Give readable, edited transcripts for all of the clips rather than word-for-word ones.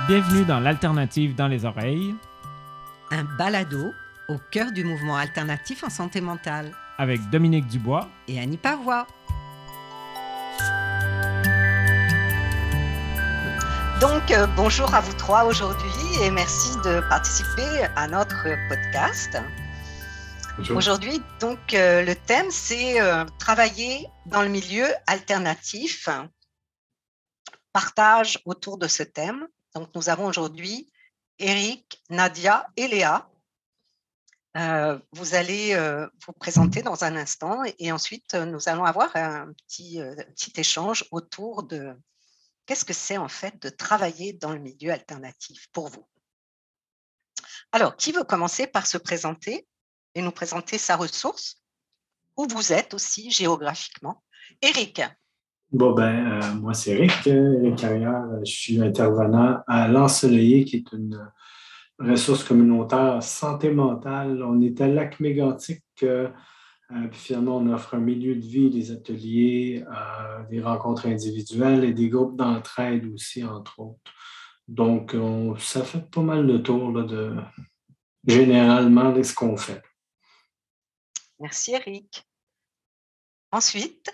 Bienvenue dans l'Alternative dans les oreilles. Un balado au cœur du mouvement alternatif en santé mentale. Avec Dominique Dubois et Annie Pavois. Donc, bonjour à vous trois aujourd'hui et merci de participer à notre podcast. Bonjour. Aujourd'hui, donc, le thème, c'est travailler dans le milieu alternatif. Partage autour de ce thème. Donc, nous avons aujourd'hui Eric, Nadia et Léa. Vous allez vous présenter dans un instant et ensuite, nous allons avoir un petit échange autour de qu'est-ce que c'est en fait de travailler dans le milieu alternatif pour vous. Alors, qui veut commencer par se présenter et nous présenter sa ressource, où vous êtes aussi géographiquement? Eric. Moi, c'est Eric Carrière. Je suis intervenant à l'Ensoleillé, qui est une ressource communautaire santé mentale. On est à Lac-Mégantic. Puis finalement, on offre un milieu de vie, des ateliers, des rencontres individuelles et des groupes d'entraide aussi, entre autres. Donc, ça fait pas mal de tour généralement de ce qu'on fait. Merci, Eric. Ensuite,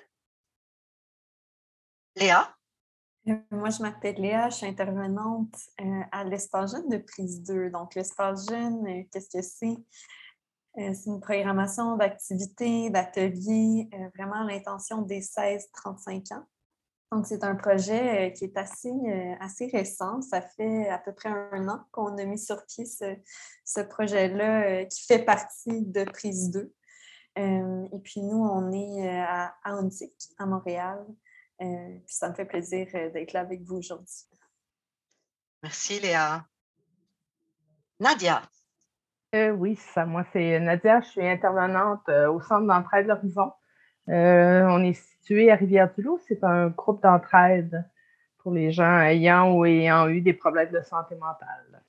Léa. Moi, je m'appelle Léa, je suis intervenante à l'Espace Jeune de Prise 2. Donc, l'Espace Jeune, qu'est-ce que c'est? C'est une programmation d'activités, d'ateliers, vraiment à l'intention des 16-35 ans. Donc, c'est un projet qui est assez récent. Ça fait à peu près 1 an qu'on a mis sur pied ce projet-là qui fait partie de Prise 2. Et puis, nous, on est à Ahuntsic, à Montréal. Puis ça me fait plaisir d'être là avec vous aujourd'hui. Merci Léa. Nadia. Oui, c'est ça. Moi, c'est Nadia. Je suis intervenante au Centre d'entraide L'Horizon. On est situé à Rivière-du-Loup. C'est un groupe d'entraide pour les gens ayant ou ayant eu des problèmes de santé mentale.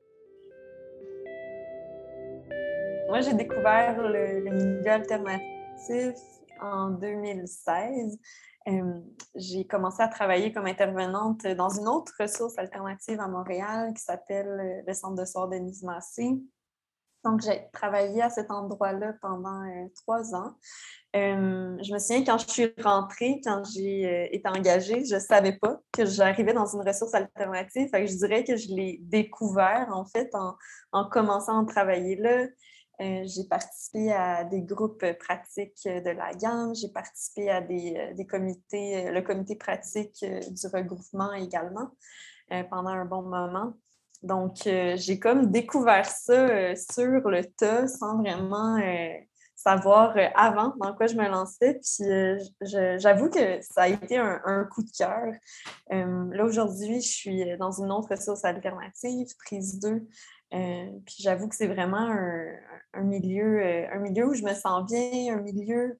Moi, j'ai découvert le milieu alternatif en 2016. J'ai commencé à travailler comme intervenante dans une autre ressource alternative à Montréal qui s'appelle le Centre de soir Denise Massé. Donc, j'ai travaillé à cet endroit-là pendant 3 ans. Je me souviens quand je suis rentrée, quand j'ai été engagée, je ne savais pas que j'arrivais dans une ressource alternative. Fait que je dirais que je l'ai découvert, en fait, en commençant à travailler là. J'ai participé à des groupes pratiques de la gamme, j'ai participé à des comités, le comité pratique du regroupement également, pendant un bon moment. Donc, j'ai comme découvert ça sur le tas sans vraiment savoir avant dans quoi je me lançais. Puis, j'avoue que ça a été un coup de cœur. Là, aujourd'hui, je suis dans une autre ressource alternative, Prise 2. Puis j'avoue que c'est vraiment un milieu où je me sens bien, un milieu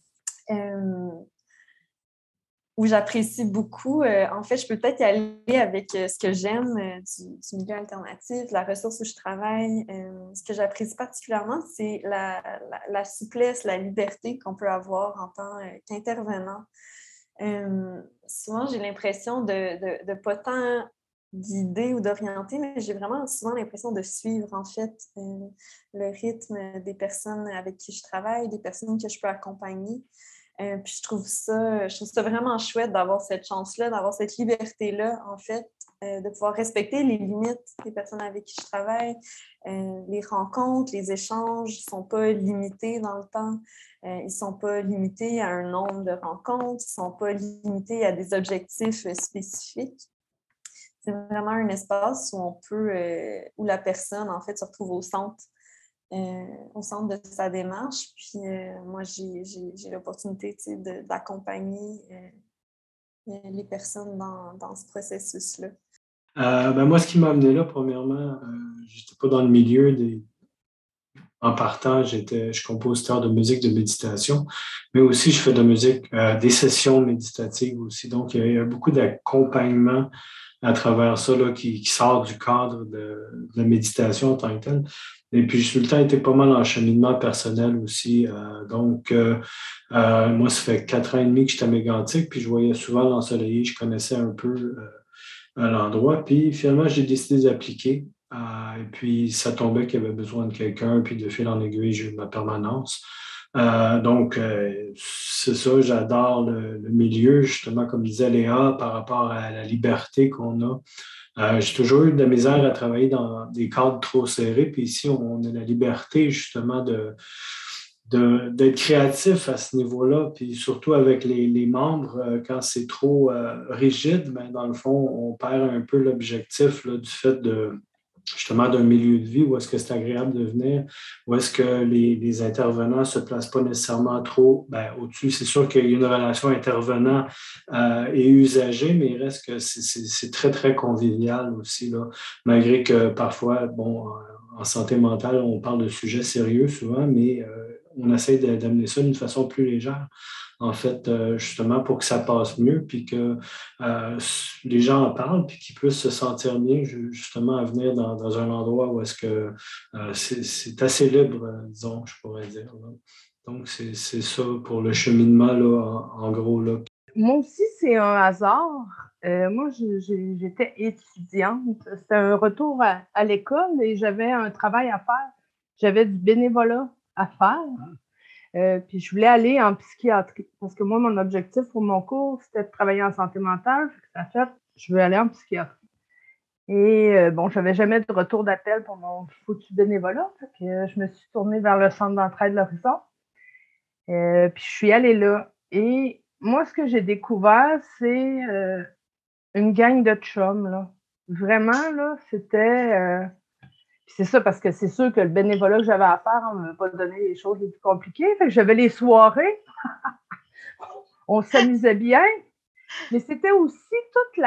où j'apprécie beaucoup. En fait, je peux peut-être y aller avec ce que j'aime du milieu alternatif, la ressource où je travaille. Ce que j'apprécie particulièrement, c'est la souplesse, la liberté qu'on peut avoir en tant qu'intervenant. Souvent, j'ai l'impression de pas tant guider ou d'orienter, mais j'ai vraiment souvent l'impression de suivre, en fait, le rythme des personnes avec qui je travaille, des personnes que je peux accompagner. Puis je trouve ça vraiment chouette d'avoir cette chance-là, d'avoir cette liberté-là, en fait, de pouvoir respecter les limites des personnes avec qui je travaille. Les rencontres, les échanges ne sont pas limités dans le temps. Ils ne sont pas limités à un nombre de rencontres. Ils ne sont pas limités à des objectifs spécifiques. C'est vraiment un espace où où la personne, en fait, se retrouve au centre de sa démarche. Puis moi, j'ai l'opportunité d'accompagner les personnes dans ce processus-là. Moi, ce qui m'a amené là, premièrement, je n'étais pas dans le milieu En partant, je suis compositeur de musique de méditation, mais aussi je fais de la musique, des sessions méditatives aussi. Donc, il y a beaucoup d'accompagnement à travers ça là, qui sort du cadre de la méditation en tant que telle. Et puis, j'ai tout le temps été pas mal en cheminement personnel aussi. Moi, ça fait 4 ans et demi que j'étais à Mégantic, puis je voyais souvent l'Ensoleillé, je connaissais un peu à l'endroit. Puis finalement, j'ai décidé d'appliquer. Et puis, ça tombait qu'il y avait besoin de quelqu'un, puis de fil en aiguille, j'ai eu ma permanence. Donc, c'est ça, j'adore le milieu, justement, comme disait Léa, par rapport à la liberté qu'on a. J'ai toujours eu de la misère à travailler dans des cadres trop serrés, puis ici, on a la liberté, justement, d'être créatif à ce niveau-là, puis surtout avec les membres, quand c'est trop rigide, ben, dans le fond, on perd un peu l'objectif là, du fait de justement d'un milieu de vie où est-ce que c'est agréable de venir, où est-ce que les intervenants ne se placent pas nécessairement trop ben, au-dessus. C'est sûr qu'il y a une relation intervenant et usager, mais il reste que c'est très, très convivial aussi, là, malgré que parfois, bon, en santé mentale, on parle de sujets sérieux souvent, mais on essaie d'amener ça d'une façon plus légère, en fait, justement pour que ça passe mieux, puis que euh, les gens en parlent, puis qu'ils puissent se sentir bien, justement, à venir dans un endroit où est-ce que c'est assez libre, disons, je pourrais dire, là. Donc, c'est ça pour le cheminement, là, en gros, là. Moi aussi, c'est un hasard. Moi, j'étais étudiante. C'était un retour à l'école et j'avais un travail à faire. J'avais du bénévolat à faire. Puis je voulais aller en psychiatrie parce que moi, mon objectif pour mon cours, c'était de travailler en santé mentale. Ça fait, je veux aller en psychiatrie. Et bon, je n'avais jamais de retour d'appel pour mon foutu bénévolat. Fait que je me suis tournée vers le centre d'entraide de l'Horizon. Puis je suis allée là. Et moi, ce que j'ai découvert, c'est une gang de chums, là. Vraiment, là, c'était... c'est ça, parce que c'est sûr que le bénévolat que j'avais à faire, on ne m'a pas donné les choses les plus compliquées. Fait que j'avais les soirées. On s'amusait bien. Mais c'était aussi toute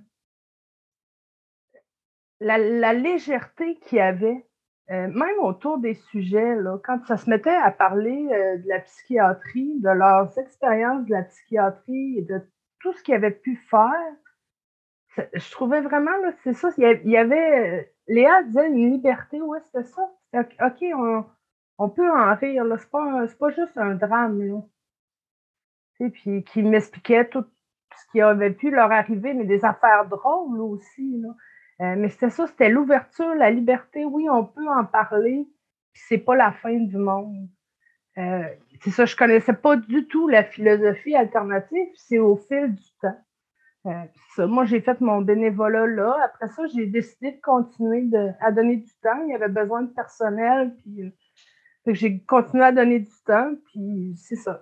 la légèreté qu'il y avait. Même autour des sujets, là, quand ça se mettait à parler de la psychiatrie, de leurs expériences de la psychiatrie et de tout ce qu'ils avaient pu faire, je trouvais vraiment, là, c'est ça, il y avait, Léa disait une liberté, ouais, c'était ça. C'était, OK, on peut en rire, là, c'est pas juste un drame, là. Tu sais, puis qui m'expliquait tout ce qui avait pu leur arriver, mais des affaires drôles aussi, là. Mais c'était ça, c'était l'ouverture, la liberté. Oui, on peut en parler, puis c'est pas la fin du monde. Euh, c'est ça, je connaissais pas du tout la philosophie alternative, c'est au fil du temps. Ça, moi, j'ai fait mon bénévolat là. Après ça, j'ai décidé de continuer à donner du temps. Il y avait besoin de personnel, puis j'ai continué à donner du temps, puis c'est ça.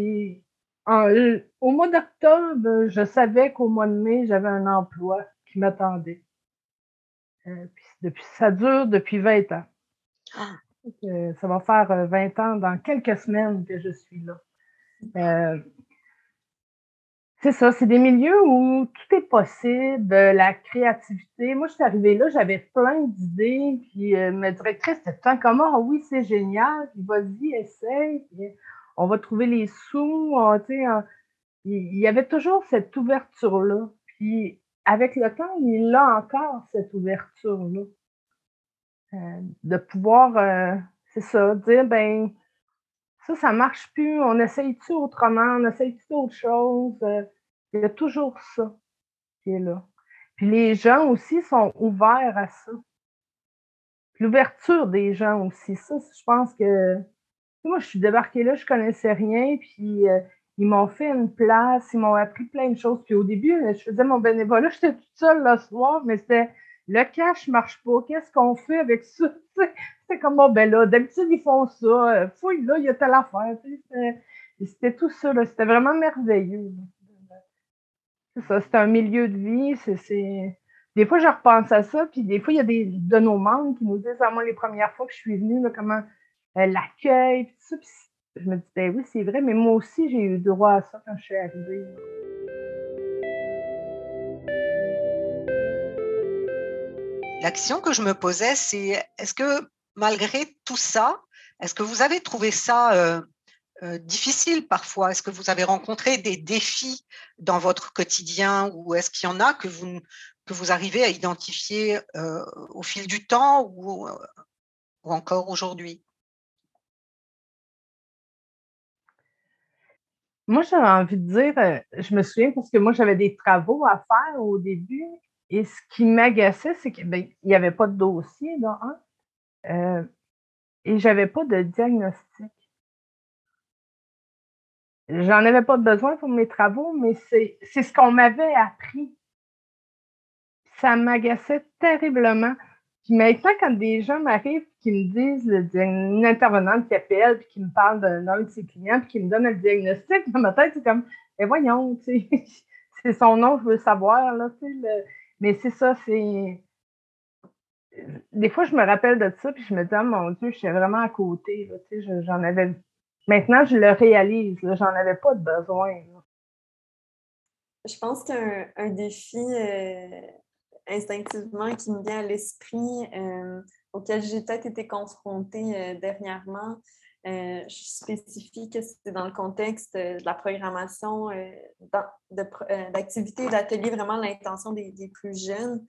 Au mois d'octobre, je savais qu'au mois de mai, j'avais un emploi qui m'attendait. Ça dure depuis 20 ans. Ça va faire 20 ans dans quelques semaines que je suis là. C'est ça, c'est des milieux où tout est possible, la créativité. Moi, je suis arrivée là, j'avais plein d'idées, puis ma directrice était tout le temps comme « Ah oui, c'est génial, puis vas-y, essaye, puis on va trouver les sous. » Il y avait toujours cette ouverture-là. Puis avec le temps, il a encore cette ouverture-là. De pouvoir, c'est ça, dire « Ben, ça marche plus, on essaye-tu autrement, on essaye-tu d'autres choses. » Il y a toujours ça qui est là. Puis les gens aussi sont ouverts à ça. Puis l'ouverture des gens aussi, ça, je pense que... Moi, je suis débarquée là, je connaissais rien, puis ils m'ont fait une place, ils m'ont appris plein de choses. Puis au début, je faisais mon bénévolat, j'étais toute seule le soir, mais c'était le cash marche pas, qu'est-ce qu'on fait avec ça? C'était comme, bon, ben là, d'habitude, ils font ça, fouille, là, il y a telle affaire. C'était tout ça, là, c'était vraiment merveilleux. C'est ça, c'est un milieu de vie. Des fois, je repense à ça, puis des fois, il y a des de nos membres qui nous disent, moi, les premières fois que je suis venue, là, comment l'accueil, tout ça. Puis je me dis, ben oui, c'est vrai, mais moi aussi, j'ai eu droit à ça quand je suis arrivée. La question que je me posais, c'est est-ce que malgré tout ça, est-ce que vous avez trouvé ça difficile parfois? Est-ce que vous avez rencontré des défis dans votre quotidien ou est-ce qu'il y en a que vous arrivez à identifier au fil du temps ou encore aujourd'hui? Moi, j'avais envie de dire, je me souviens parce que moi, j'avais des travaux à faire au début Et ce qui m'agaçait, c'est qu'il n'y avait pas de dossier, là, et j'avais pas de diagnostic. J'en avais pas besoin pour mes travaux, mais c'est ce qu'on m'avait appris. Ça m'agaçait terriblement. Puis maintenant, quand des gens m'arrivent qui me disent, une intervenante qui appelle puis qui me parle d'un de ses clients puis qui me donne un diagnostic, dans ma tête, c'est comme, mais voyons, tu sais, c'est son nom, je veux le savoir, là, tu sais. Mais c'est ça, c'est... Des fois, je me rappelle de ça puis je me dis, oh mon Dieu, je suis vraiment à côté, là, tu sais, j'en avais... Maintenant, je le réalise, là, j'en avais pas de besoin, là. Je pense qu'un défi instinctivement qui me vient à l'esprit, auquel j'ai peut-être été confrontée dernièrement, je spécifie que c'est dans le contexte de la programmation d'activités et d'ateliers, vraiment l'intention des plus jeunes.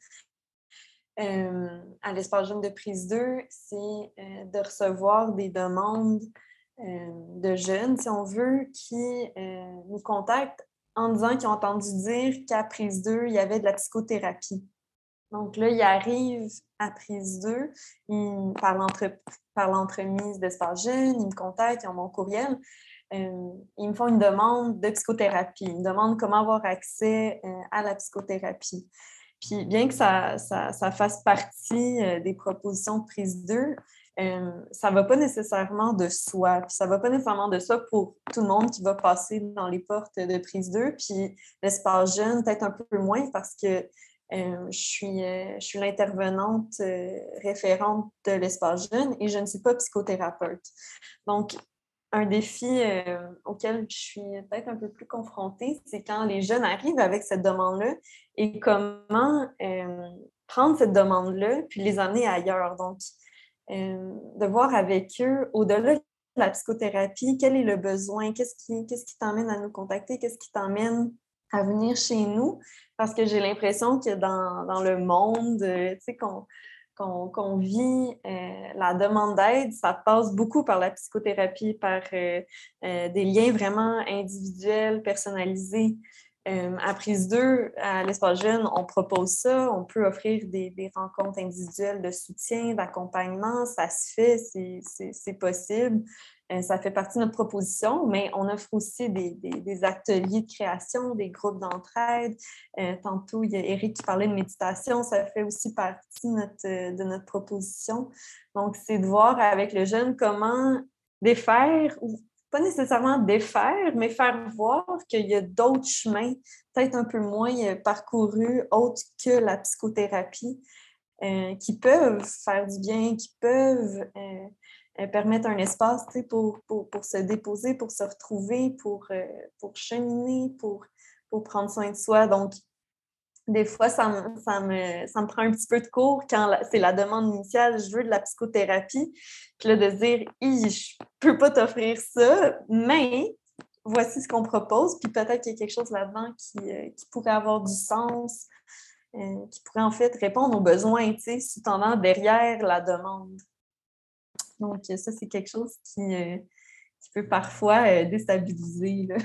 À l'espace jeune de prise 2, c'est de recevoir des demandes de jeunes, si on veut, qui nous contactent en disant qu'ils ont entendu dire qu'à prise 2, il y avait de la psychothérapie. Donc là, ils arrivent à prise 2, par l'entremise d'Espace Jeune, ils me contactent, ils ont mon courriel, ils me font une demande de psychothérapie, ils me demandent comment avoir accès à la psychothérapie. Puis bien que ça fasse partie des propositions de prise 2, ça ne va pas nécessairement de soi. Puis ça ne va pas nécessairement de soi pour tout le monde qui va passer dans les portes de prise 2. Puis l'espace jeune, peut-être un peu moins parce que je suis l'intervenante référente de l'espace jeune et je ne suis pas psychothérapeute. Donc, un défi auquel je suis peut-être un peu plus confrontée, c'est quand les jeunes arrivent avec cette demande-là et comment prendre cette demande-là puis les amener ailleurs. Donc, de voir avec eux, au-delà de la psychothérapie, quel est le besoin, qu'est-ce qui t'emmène à nous contacter, qu'est-ce qui t'emmène à venir chez nous, parce que j'ai l'impression que dans le monde, tu sais, qu'on vit, la demande d'aide, ça passe beaucoup par la psychothérapie, par des liens vraiment individuels, personnalisés. À prise 2, à l'espace jeune, on propose ça. On peut offrir des rencontres individuelles de soutien, d'accompagnement. Ça se fait, c'est possible. Ça fait partie de notre proposition, mais on offre aussi des ateliers de création, des groupes d'entraide. Tantôt, il y a Éric qui parlait de méditation. Ça fait aussi partie de notre proposition. Donc, c'est de voir avec le jeune comment défaire ou pas nécessairement défaire, mais faire voir qu'il y a d'autres chemins, peut-être un peu moins parcourus, autres que la psychothérapie, qui peuvent faire du bien, qui peuvent permettre un espace pour se déposer, pour se retrouver, pour cheminer, pour prendre soin de soi. Donc, des fois, ça me prend un petit peu de cours quand c'est la demande initiale, je veux de la psychothérapie. Puis là, de se dire, je ne peux pas t'offrir ça, mais voici ce qu'on propose. Puis peut-être qu'il y a quelque chose là-dedans qui pourrait avoir du sens, qui pourrait en fait répondre aux besoins, tu sais, sous-tendant derrière la demande. Donc, ça, c'est quelque chose qui peut parfois déstabiliser, là.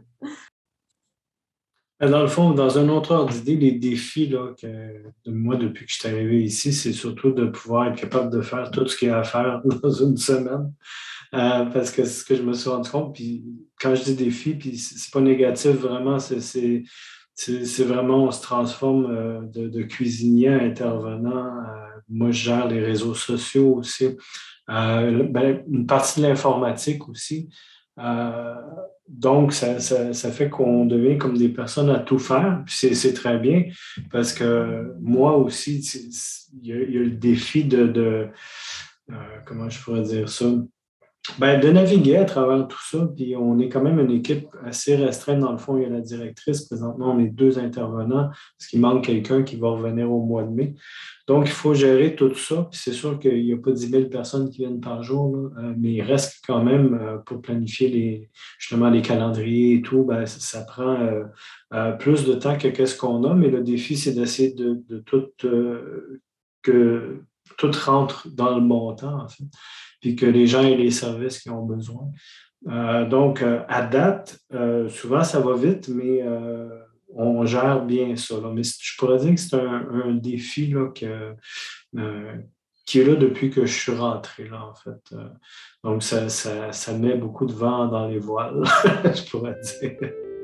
Dans le fond, dans un autre ordre d'idée, les défis là, de moi, depuis que je suis arrivé ici, c'est surtout de pouvoir être capable de faire tout ce qu'il y a à faire dans une semaine. Parce que c'est ce que je me suis rendu compte. Puis quand je dis défi, puis c'est pas négatif vraiment, c'est vraiment, on se transforme de cuisinier à intervenant. Moi, je gère les réseaux sociaux aussi. Une partie de l'informatique aussi. Donc, ça fait qu'on devient comme des personnes à tout faire. Puis c'est très bien parce que moi aussi, il y a le défi comment je pourrais dire ça? De naviguer à travers tout ça. Puis on est quand même une équipe assez restreinte. Dans le fond, il y a la directrice. Présentement, on est 2 intervenants parce qu'il manque quelqu'un qui va revenir au mois de mai. Donc, il faut gérer tout ça. Puis c'est sûr qu'il n'y a pas 10 000 personnes qui viennent par jour, là, mais il reste quand même, pour planifier justement les calendriers et tout, ça prend plus de temps que qu'est-ce qu'on a. Mais le défi, c'est d'essayer de tout, que tout rentre dans le montant, en fait, puis que les gens aient les services qu'ils ont besoin. Donc, à date, souvent, ça va vite, mais on gère bien ça, là. Mais je pourrais dire que c'est un défi là, qui est là depuis que je suis rentré, là, en fait. Donc, ça met beaucoup de vent dans les voiles, je pourrais dire.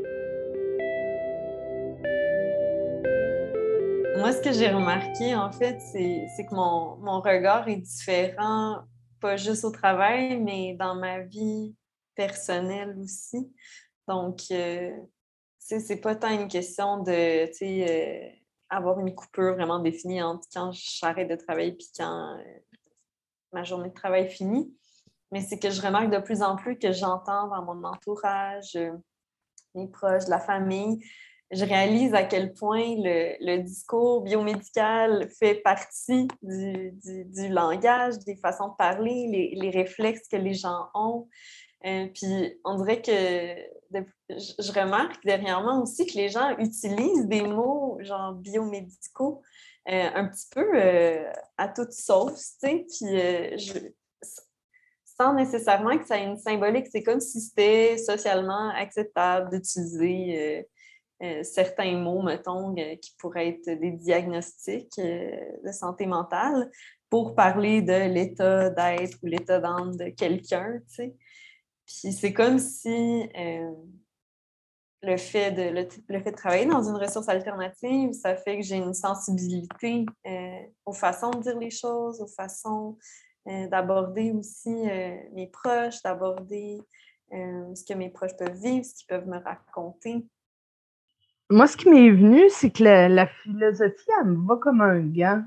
Moi, ce que j'ai remarqué, en fait, c'est que mon regard est différent, pas juste au travail, mais dans ma vie personnelle aussi. Donc, c'est pas tant une question de, avoir une coupure vraiment définie entre quand j'arrête de travailler puis quand ma journée de travail finit. Mais c'est que je remarque de plus en plus que j'entends dans mon entourage, mes proches, la famille, je réalise à quel point le discours biomédical fait partie du langage, des façons de parler, les réflexes que les gens ont. Puis on dirait que je remarque dernièrement aussi que les gens utilisent des mots genre biomédicaux un petit peu à toute sauce, tu sais. Puis sans nécessairement que ça ait une symbolique, c'est comme si c'était socialement acceptable d'utiliser certains mots, mettons, qui pourraient être des diagnostics de santé mentale pour parler de l'état d'être ou l'état d'âme de quelqu'un, tu sais. Puis c'est comme si le fait de travailler dans une ressource alternative, ça fait que j'ai une sensibilité aux façons de dire les choses, aux façons d'aborder aussi mes proches, d'aborder ce que mes proches peuvent vivre, ce qu'ils peuvent me raconter. Moi, ce qui m'est venu, c'est que la philosophie, elle me va comme un gant.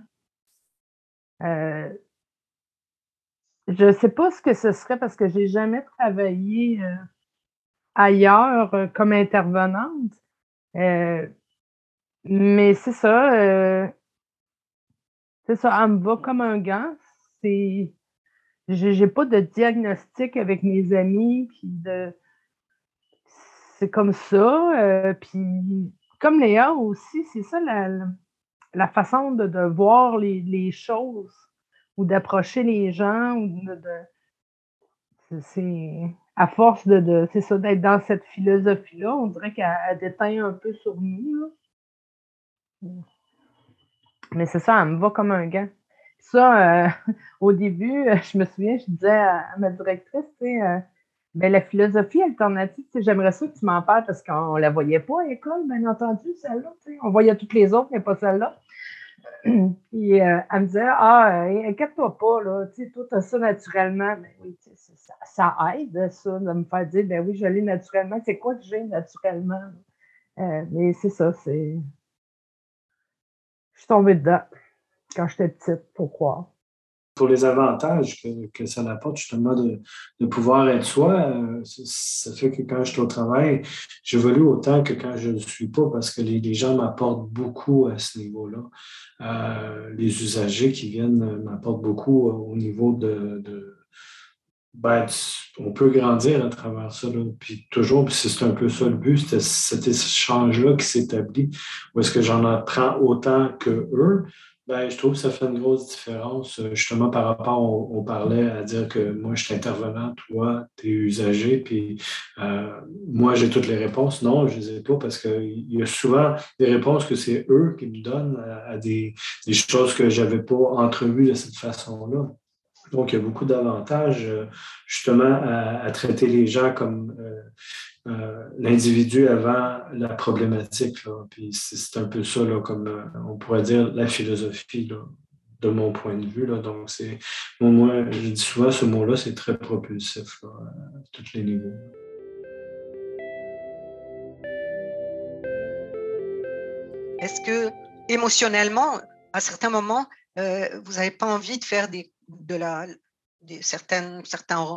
Je ne sais pas ce que ce serait parce que j'ai jamais travaillé ailleurs comme intervenante. Mais c'est ça, elle me va comme un gant. J'ai pas de diagnostic avec mes amis, c'est comme ça. Puis comme Léa aussi, c'est ça la façon de voir les choses ou d'approcher les gens c'est à force c'est ça, d'être dans cette philosophie-là, on dirait qu'elle déteint un peu sur nous, là. Mais c'est ça, elle me va comme un gant. Ça, au début, je me souviens, je disais à ma directrice, ben, la philosophie alternative, j'aimerais ça que tu m'en parles parce qu'on la voyait pas à l'école, bien entendu, celle-là. On voyait toutes les autres, mais pas celle-là. Puis elle me disait, inquiète-toi pas, là, toi, tu as ça naturellement. Ben oui, ça aide, ça, de me faire dire, ben oui, je l'ai naturellement. C'est quoi que j'ai naturellement? Mais c'est ça, je suis tombée dedans quand j'étais petite, faut croire. Pour les avantages que ça apporte justement de pouvoir être soi, ça fait que quand je suis au travail, j'évolue autant que quand je ne le suis pas parce que les gens m'apportent beaucoup à ce niveau-là. Les usagers qui viennent m'apportent beaucoup au niveau ben, on peut grandir à travers ça, là. Puis toujours, puis c'est un peu ça le but, c'était cet échange-là qui s'établit, où est-ce que j'en apprends autant que eux. Ben, je trouve que ça fait une grosse différence, justement par rapport, on parlait à dire que moi, je suis intervenant, toi, tu es usager, puis moi, j'ai toutes les réponses. Non, je ne les ai pas parce qu'il y a souvent des réponses que c'est eux qui me donnent à des choses que je n'avais pas entrevues de cette façon-là. Donc, il y a beaucoup d'avantages justement à traiter les gens comme l'individu avant la problématique, là. Puis c'est un peu ça, là, comme on pourrait dire, la philosophie, là, de mon point de vue, là. Donc, moi, je dis souvent, ce mot-là, c'est très propulsif, là, à tous les niveaux. Est-ce que émotionnellement, à certains moments, vous n'avez pas envie de faire certains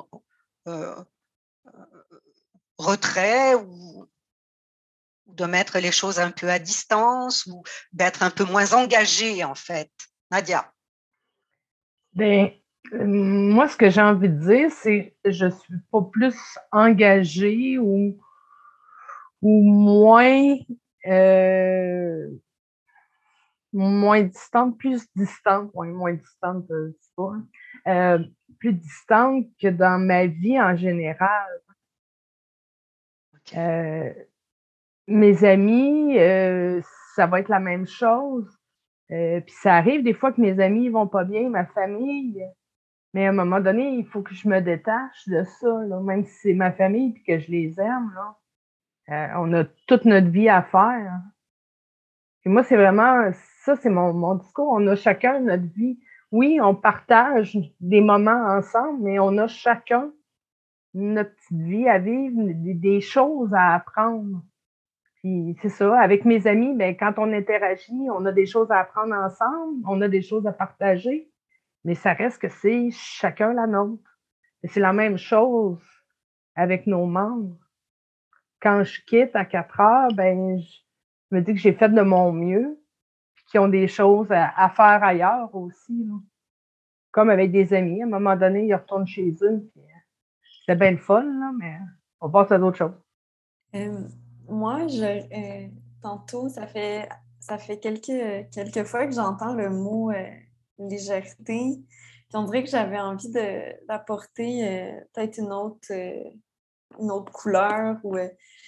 retraits ou de mettre les choses un peu à distance ou d'être un peu moins engagé, en fait? Nadia? Ben, moi, ce que j'ai envie de dire, c'est que je suis pas plus engagée ou moins moins distante, plus distante, ouais, moins distante, je sais pas, plus distante que dans ma vie en général. Okay. mes amis, ça va être la même chose. Puis ça arrive des fois que mes amis vont pas bien, ma famille, mais à un moment donné, il faut que je me détache de ça, là, même si c'est ma famille et que je les aime, là. On a toute notre vie à faire. Et moi, c'est vraiment ça, c'est mon discours. On a chacun notre vie. Oui, on partage des moments ensemble, mais on a chacun notre petite vie à vivre, des choses à apprendre. Puis c'est ça, avec mes amis, ben, quand on interagit, on a des choses à apprendre ensemble, on a des choses à partager, mais ça reste que c'est chacun la nôtre. Et c'est la même chose avec nos membres. Quand je quitte à 4 heures, ben, je me dis que j'ai fait de mon mieux, puis qu'ils ont des choses à faire ailleurs aussi, là. Comme avec des amis, à un moment donné, ils retournent chez eux, puis c'est bien le fun, là, mais on passe à d'autres choses. Moi, tantôt, ça fait quelques fois que j'entends le mot légèreté. Puis on dirait que j'avais envie d'apporter peut-être une autre couleur ou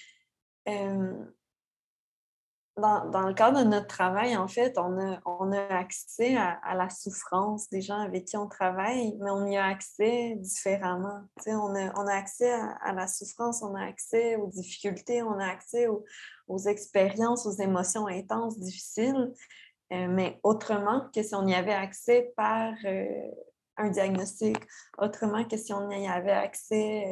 dans le cadre de notre travail, en fait, on a accès à la souffrance des gens avec qui on travaille, mais on y a accès différemment. Tu sais, on a accès à la souffrance, on a accès aux difficultés, on a accès aux expériences, aux émotions intenses, difficiles, mais autrement que si on y avait accès par un diagnostic, autrement que si on y avait accès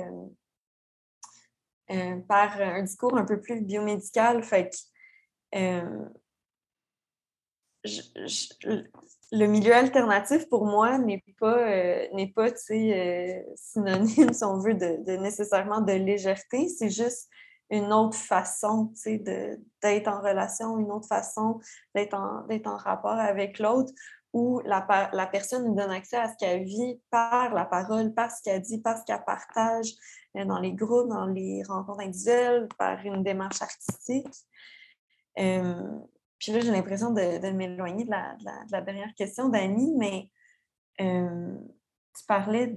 par un discours un peu plus biomédical. Fait que le milieu alternatif, pour moi, n'est pas synonyme, si on veut, de nécessairement de légèreté. C'est juste une autre façon d'être en relation, une autre façon d'être en rapport avec l'autre, où la personne nous donne accès à ce qu'elle vit par la parole, par ce qu'elle dit, par ce qu'elle partage dans les groupes, dans les rencontres individuelles, par une démarche artistique. Puis là, j'ai l'impression de m'éloigner de la dernière question d'Annie, mais tu parlais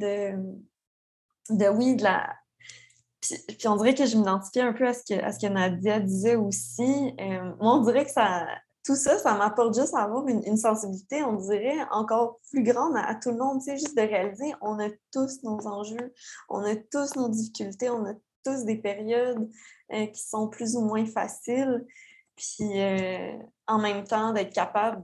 oui, de la... Puis on dirait que je m'identifiais un peu à ce que Nadia disait aussi. Moi, on dirait que tout ça, ça m'apporte juste à avoir une sensibilité, on dirait, encore plus grande à tout le monde. Tu sais, juste de réaliser, on a tous nos enjeux, on a tous nos difficultés, on a tous des périodes qui sont plus ou moins faciles. Puis en même temps, d'être capable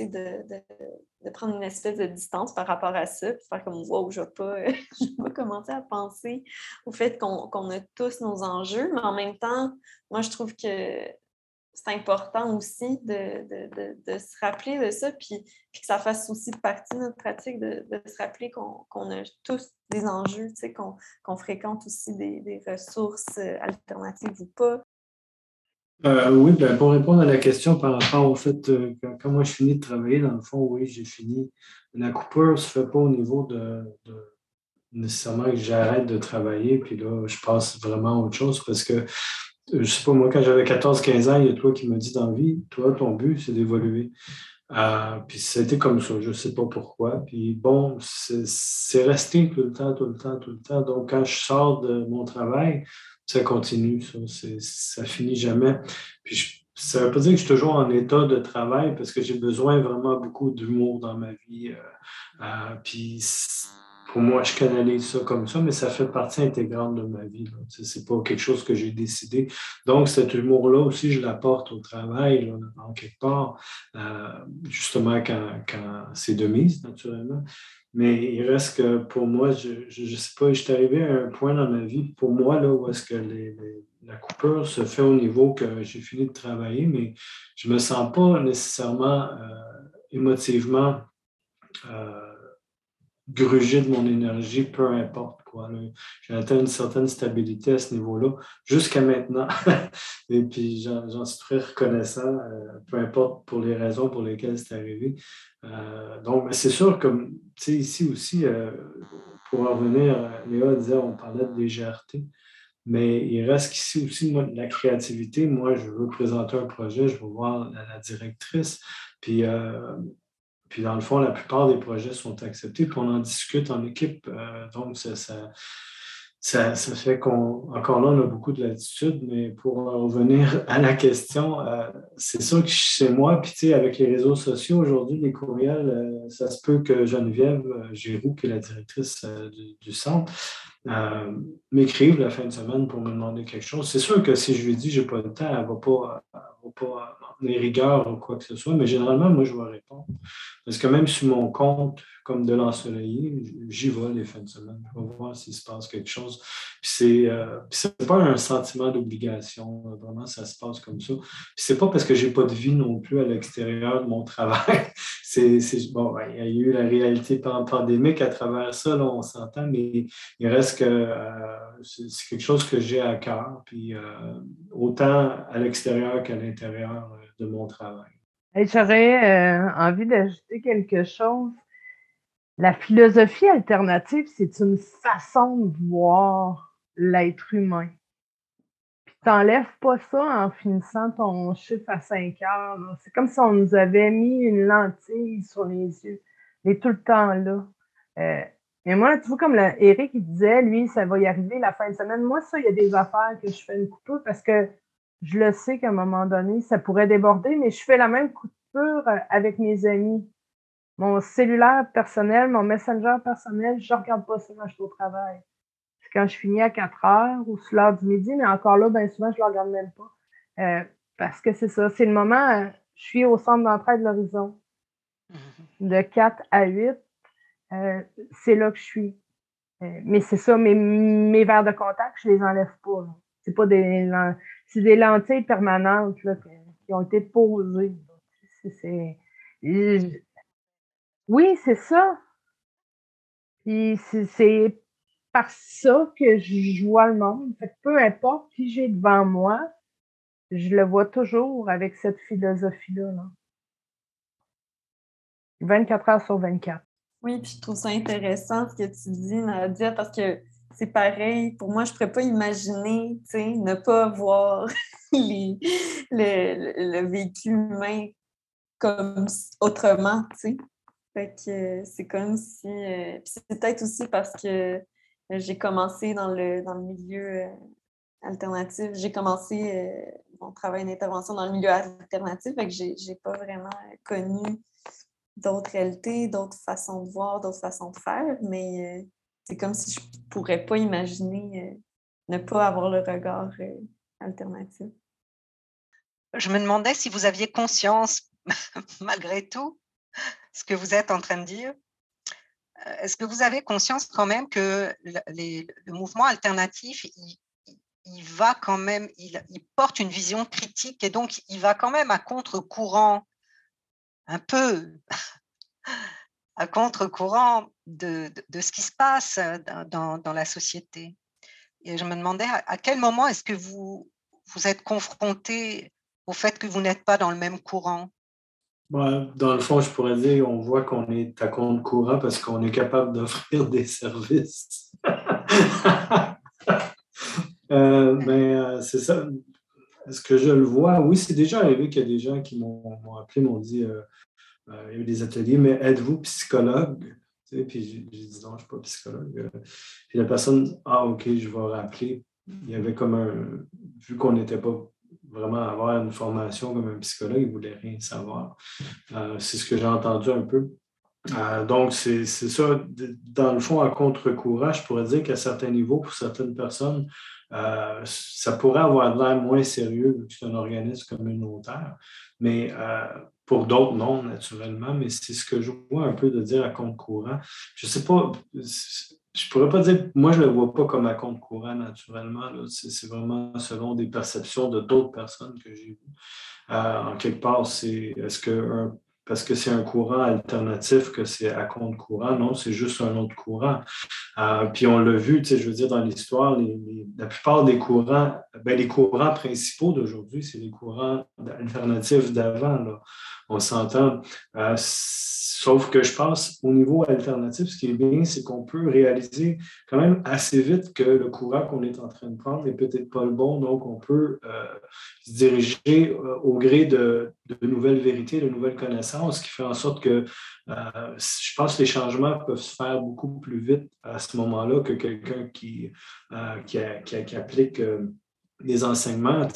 de prendre une espèce de distance par rapport à ça, puis faire comme wow, je ne vais pas commencer à penser au fait qu'on a tous nos enjeux, mais en même temps, moi, je trouve que c'est important aussi de se rappeler de ça, puis que ça fasse aussi partie de notre pratique de se rappeler qu'on a tous des enjeux, qu'on fréquente aussi des ressources alternatives ou pas. Oui, ben, pour répondre à la question par rapport au fait, quand moi je finis de travailler, dans le fond, oui, j'ai fini. La coupure ne se fait pas au niveau de nécessairement que j'arrête de travailler, puis là, je passe vraiment à autre chose parce que, je sais pas, moi, quand j'avais 14-15 ans, il y a toi qui m'as dit dans la vie, toi, ton but, c'est d'évoluer. Puis ça a été comme ça, je ne sais pas pourquoi. Puis bon, c'est resté tout le temps, tout le temps, tout le temps. Donc, quand je sors de mon travail, ça continue, ça finit jamais. Puis ça ne veut pas dire que je suis toujours en état de travail parce que j'ai besoin vraiment beaucoup d'humour dans ma vie. Puis pour moi, je canalise ça comme ça, mais ça fait partie intégrante de ma vie. Ce n'est pas quelque chose que j'ai décidé. Donc, cet humour-là aussi, je l'apporte au travail, là, en quelque part, justement quand c'est de mise, naturellement. Mais il reste que pour moi, je ne sais pas, je suis arrivé à un point dans ma vie, pour moi, là, où est-ce que la coupure se fait au niveau que j'ai fini de travailler, mais je ne me sens pas nécessairement émotivement gruger de mon énergie, peu importe quoi. J'ai atteint une certaine stabilité à ce niveau-là jusqu'à maintenant. Et puis, j'en suis très reconnaissant, peu importe pour les raisons pour lesquelles c'est arrivé. Donc, c'est sûr, comme, tu sais, ici aussi, pour en revenir, Léa disait, on parlait de légèreté, mais il reste qu'ici aussi, moi, de la créativité. Moi, je veux présenter un projet, je veux voir la directrice, puis dans le fond, la plupart des projets sont acceptés, puis on en discute en équipe. Donc, ça fait encore là, on a beaucoup de latitude, mais pour revenir à la question, c'est sûr que chez moi, puis tu sais, avec les réseaux sociaux aujourd'hui, les courriels, ça se peut que Geneviève Giroux, qui est la directrice du centre, m'écrive la fin de semaine pour me demander quelque chose. C'est sûr que si je lui dis j'ai pas le temps, elle va pas m'en tenir rigueur ou quoi que ce soit, mais généralement, moi, je vais répondre. Parce que même sur mon compte, comme de l'ensoleillé, j'y vais les fins de semaine. Je vais voir s'il se passe quelque chose. Puis c'est pas un sentiment d'obligation. Vraiment, ça se passe comme ça. Puis c'est pas parce que j'ai pas de vie non plus à l'extérieur de mon travail. Bon, ouais, il y a eu la réalité pandémique à travers ça, là, on s'entend, mais il reste que c'est quelque chose que j'ai à cœur, puis autant à l'extérieur qu'à l'intérieur de mon travail. Et j'aurais envie d'ajouter quelque chose. La philosophie alternative, c'est une façon de voir l'être humain. Puis t'enlèves pas ça en finissant ton chiffre à 5 heures. Là. C'est comme si on nous avait mis une lentille sur les yeux. Il est tout le temps là. Mais moi, tu vois, comme Eric il disait, lui, ça va y arriver la fin de semaine. Moi, ça, il y a des affaires que je fais une coupure parce que je le sais qu'à un moment donné, ça pourrait déborder, mais je fais la même coupure avec mes amis. Mon cellulaire personnel, mon messenger personnel, je ne regarde pas ça quand je suis au travail. C'est quand je finis à 4 heures ou sur l'heure du midi, mais encore là, bien souvent, je ne le regarde même pas. Parce que c'est ça, c'est le moment, je suis au centre d'entraide de l'horizon. De 4 à 8, c'est là que je suis. Mais c'est ça, mes verres de contact, je ne les enlève pas. Là. C'est des lentilles permanentes là, qui ont été posées. Oui, c'est ça. Puis c'est par ça que je vois le monde. Fait que peu importe qui j'ai devant moi, je le vois toujours avec cette philosophie-là. Là. 24 heures sur 24. Oui, puis je trouve ça intéressant ce que tu dis, Nadia, parce que c'est pareil. Pour moi, je ne pourrais pas imaginer, tu sais, ne pas voir le vécu humain comme autrement, tu sais. Fait que c'est comme si... puis c'est peut-être aussi parce que j'ai commencé dans le milieu alternatif. J'ai commencé mon travail d'intervention dans le milieu alternatif, fait que j'ai pas vraiment connu d'autres réalités, d'autres façons de voir, d'autres façons de faire, mais c'est comme si je pourrais pas imaginer ne pas avoir le regard alternatif. Je me demandais si vous aviez conscience, malgré tout, ce que vous êtes en train de dire. Est-ce que vous avez conscience quand même que le mouvement alternatif, il va quand même, il porte une vision critique et donc il va quand même à contre-courant, un peu à contre-courant de ce qui se passe dans la société. Et je me demandais à quel moment est-ce que vous êtes confronté au fait que vous n'êtes pas dans le même courant? Dans le fond, je pourrais dire on voit qu'on est à compte courant parce qu'on est capable d'offrir des services. C'est ça. Est-ce que je le vois? Oui, c'est déjà arrivé qu'il y a des gens qui m'ont appelé, m'ont dit il y a eu des ateliers, mais êtes-vous psychologue? Tu sais, puis j'ai dit non, je ne suis pas psychologue. Puis la personne, OK, je vais rappeler. Il y avait comme vu qu'on n'était pas vraiment à avoir une formation comme un psychologue, il ne voulait rien savoir. C'est ce que j'ai entendu un peu. Donc, c'est ça, dans le fond, à contre-courant, je pourrais dire qu'à certains niveaux, pour certaines personnes, ça pourrait avoir l'air moins sérieux vu que c'est un organisme communautaire, mais pour d'autres, non, naturellement, mais c'est ce que je vois un peu de dire à contre-courant. Je ne sais pas, je pourrais pas dire, moi, je ne le vois pas comme à contre-courant, naturellement. Là. C'est vraiment selon des perceptions de d'autres personnes que j'ai vues. En quelque part, est-ce que parce que c'est un courant alternatif que c'est à contre-courant? Non, c'est juste un autre courant. Puis on l'a vu, je veux dire, dans l'histoire, la plupart des courants, les courants principaux d'aujourd'hui, c'est les courants alternatifs d'avant. Là. on s'entend. Sauf que je pense, au niveau alternatif, ce qui est bien, c'est qu'on peut réaliser quand même assez vite que le courant qu'on est en train de prendre n'est peut-être pas le bon, donc on peut se diriger au gré de nouvelles vérités, de nouvelles connaissances, ce qui fait en sorte que je pense que les changements peuvent se faire beaucoup plus vite à ce moment-là que quelqu'un qui applique des enseignements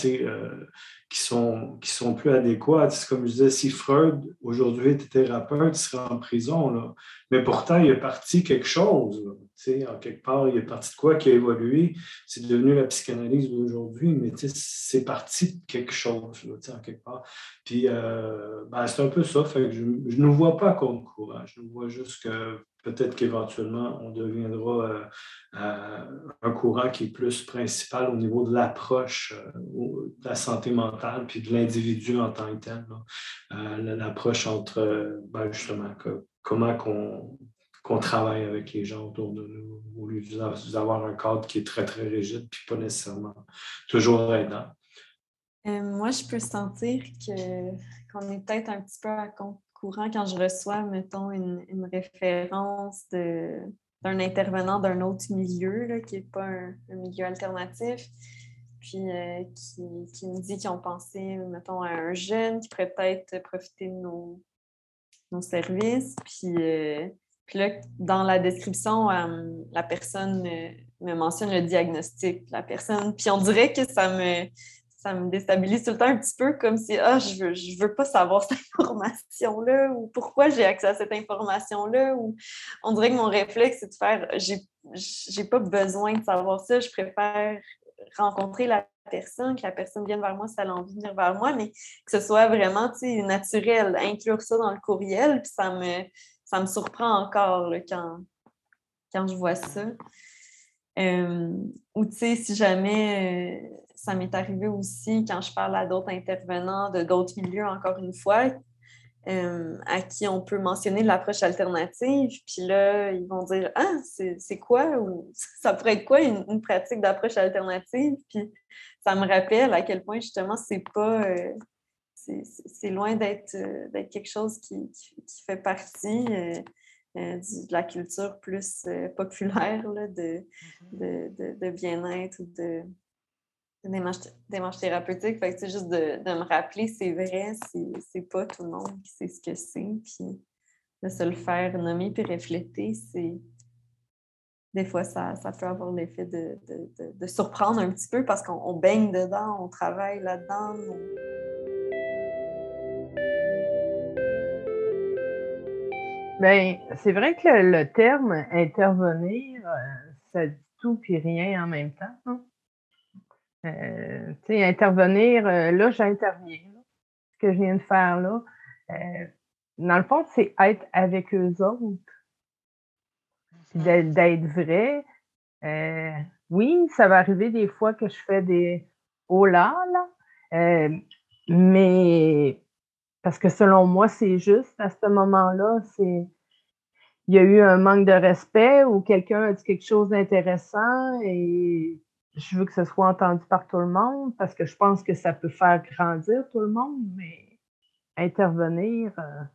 qui sont plus adéquats. C'est comme je disais, si Freud aujourd'hui était thérapeute, il serait en prison, là. Mais pourtant, il est parti quelque chose. Là. En quelque part, il est parti de quoi qui a évolué. C'est devenu la psychanalyse d'aujourd'hui, mais c'est parti de quelque chose, là, en quelque part. Puis, c'est un peu ça. Fait que je ne nous vois pas contre courant. Je nous vois juste que peut-être qu'éventuellement, on deviendra un courant qui est plus principal au niveau de l'approche de la santé mentale puis de l'individu en tant que tel. L'approche entre, justement, comment qu'on travaille avec les gens autour de nous au lieu d'avoir un cadre qui est très, très rigide puis pas nécessairement toujours aidant. Moi, je peux sentir qu'on est peut-être un petit peu à contre-courant quand je reçois, mettons, une référence d'un intervenant d'un autre milieu, là, qui n'est pas un milieu alternatif, puis qui me dit qu'ils ont pensé, mettons, à un jeune qui pourrait peut-être profiter de nos services. Puis là, dans la description, la personne me mentionne le diagnostic de la personne. Puis on dirait que ça me déstabilise tout le temps un petit peu, comme si je veux pas savoir cette information-là, ou pourquoi j'ai accès à cette information-là, ou on dirait que mon réflexe, c'est de faire j'ai pas besoin de savoir ça, je préfère rencontrer la personne, que la personne vienne vers moi si elle a envie de venir vers moi, mais que ce soit vraiment naturel, inclure ça dans le courriel, puis ça me surprend encore là, quand je vois ça. Ou tu sais, si jamais ça m'est arrivé aussi quand je parle à d'autres intervenants de d'autres milieux, encore une fois, à qui on peut mentionner de l'approche alternative, puis là, ils vont dire « Ah, c'est quoi? » ou « Ça pourrait être quoi une pratique d'approche alternative? » Puis ça me rappelle à quel point, justement, c'est pas... c'est loin d'être quelque chose qui fait partie de la culture plus populaire là, de bien-être ou de démarche thérapeutique. Fait que, juste de me rappeler, c'est vrai, c'est pas tout le monde qui sait ce que c'est. Puis de se le faire nommer puis refléter, des fois, ça peut avoir l'effet de surprendre un petit peu parce qu'on baigne dedans, on travaille là-dedans. Bien, c'est vrai que le terme intervenir, ça dit tout puis rien en même temps. Hein? Tu sais, intervenir, là, j'interviens. Là. Ce que je viens de faire là, dans le fond, c'est être avec eux autres. Puis d'être vrai. Oui, ça va arriver des fois que je fais des oh là, mais parce que selon moi, c'est juste à ce moment-là, il y a eu un manque de respect ou quelqu'un a dit quelque chose d'intéressant et je veux que ce soit entendu par tout le monde parce que je pense que ça peut faire grandir tout le monde, mais intervenir,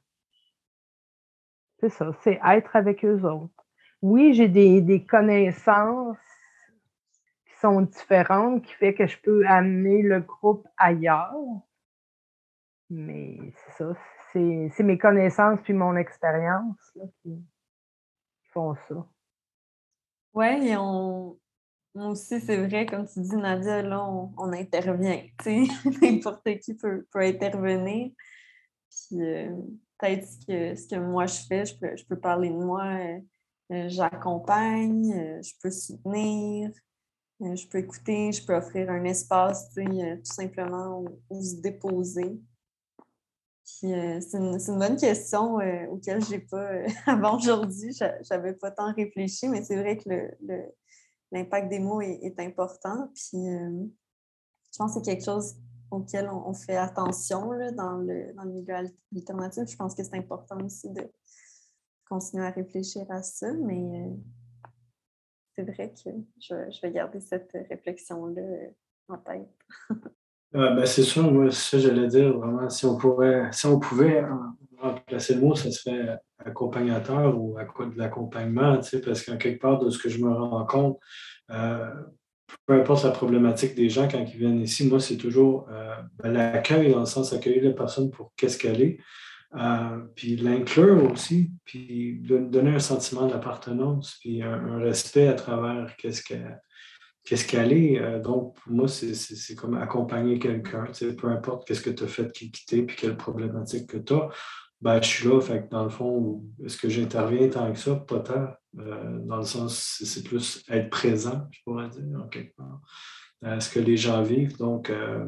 c'est ça, c'est être avec eux autres. Oui, j'ai des connaissances qui sont différentes, qui fait que je peux amener le groupe ailleurs, mais c'est ça, c'est mes connaissances puis mon expérience là, qui font ça. Oui, moi aussi, c'est vrai, comme tu dis, Nadia, là, on intervient. N'importe qui peut intervenir. Puis peut-être ce que moi je fais, je peux parler de moi, j'accompagne, je peux soutenir, je peux écouter, je peux offrir un espace, tout simplement où se déposer. Puis c'est une bonne question auquel j'ai pas, avant aujourd'hui, j'avais pas tant réfléchi, mais c'est vrai que l'impact des mots est important. Puis je pense que c'est quelque chose auquel on fait attention là, dans le milieu alternatif. Je pense que c'est important aussi de continuer à réfléchir à ça, mais c'est vrai que je vais garder cette réflexion-là en tête. C'est sûr, moi, ça, j'allais dire vraiment, si on pouvait remplacer le mot, ça serait accompagnateur ou de l'accompagnement, tu sais, parce qu'en quelque part, de ce que je me rends compte, euh, peu importe la problématique des gens quand ils viennent ici, moi, c'est toujours l'accueil, dans le sens accueillir la personne pour qu'est-ce qu'elle est, puis l'inclure aussi, puis donner un sentiment d'appartenance, puis un respect à travers qu'est-ce qu'elle est. Donc, pour moi, c'est comme accompagner quelqu'un, tu sais, peu importe qu'est-ce que tu as fait qui quitter, puis quelle problématique que tu as. Ben, je suis là, fait que dans le fond, est-ce que j'interviens tant que ça? Pas tant. Dans le sens, c'est plus être présent, je pourrais dire, en quelque part. Ce que les gens vivent. Donc,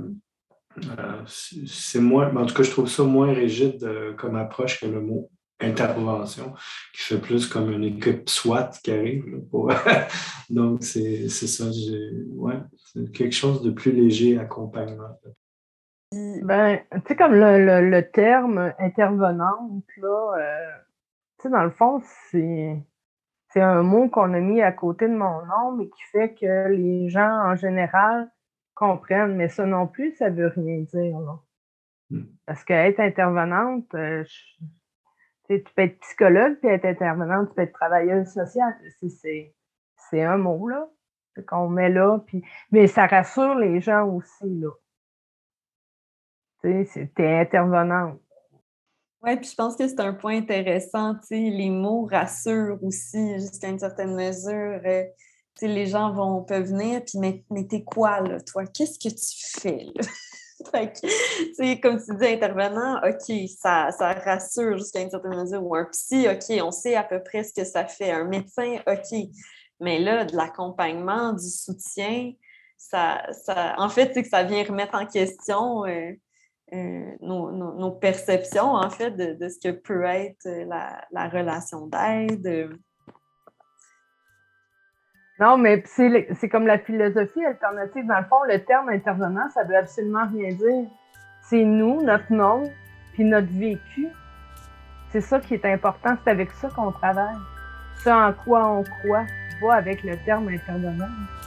c'est moins, mais en tout cas, je trouve ça moins rigide comme approche que le mot intervention, qui fait plus comme une équipe SWAT qui arrive. Là, Donc, c'est ça. Ouais, c'est quelque chose de plus léger, accompagnement. Ben, tu sais, comme le terme intervenante, là, tu sais, dans le fond, c'est un mot qu'on a mis à côté de mon nom, mais qui fait que les gens, en général, comprennent. Mais ça non plus, ça veut rien dire, là. Parce qu'être intervenante, tu sais, tu peux être psychologue, puis être intervenante, tu peux être travailleuse sociale. C'est un mot, là, qu'on met là. Mais ça rassure les gens aussi, là. Tu sais, t'es intervenante. Oui, puis je pense que c'est un point intéressant, tu sais, les mots rassurent aussi jusqu'à une certaine mesure. Tu sais, les gens peuvent venir, puis mais t'es quoi, là, toi? Qu'est-ce que tu fais, là? Fait que, tu sais, comme tu dis, intervenant, OK, ça rassure jusqu'à une certaine mesure. Ou un psy, OK, on sait à peu près ce que ça fait. Un médecin, OK. Mais là, de l'accompagnement, du soutien, en fait, c'est que ça vient remettre en question nos perceptions, en fait, de ce que peut être la relation d'aide. Non, mais c'est comme la philosophie alternative. Dans le fond, le terme intervenant, ça veut absolument rien dire. C'est nous, notre nom, puis notre vécu. C'est ça qui est important. C'est avec ça qu'on travaille. Ce en quoi on croit va avec le terme intervenant.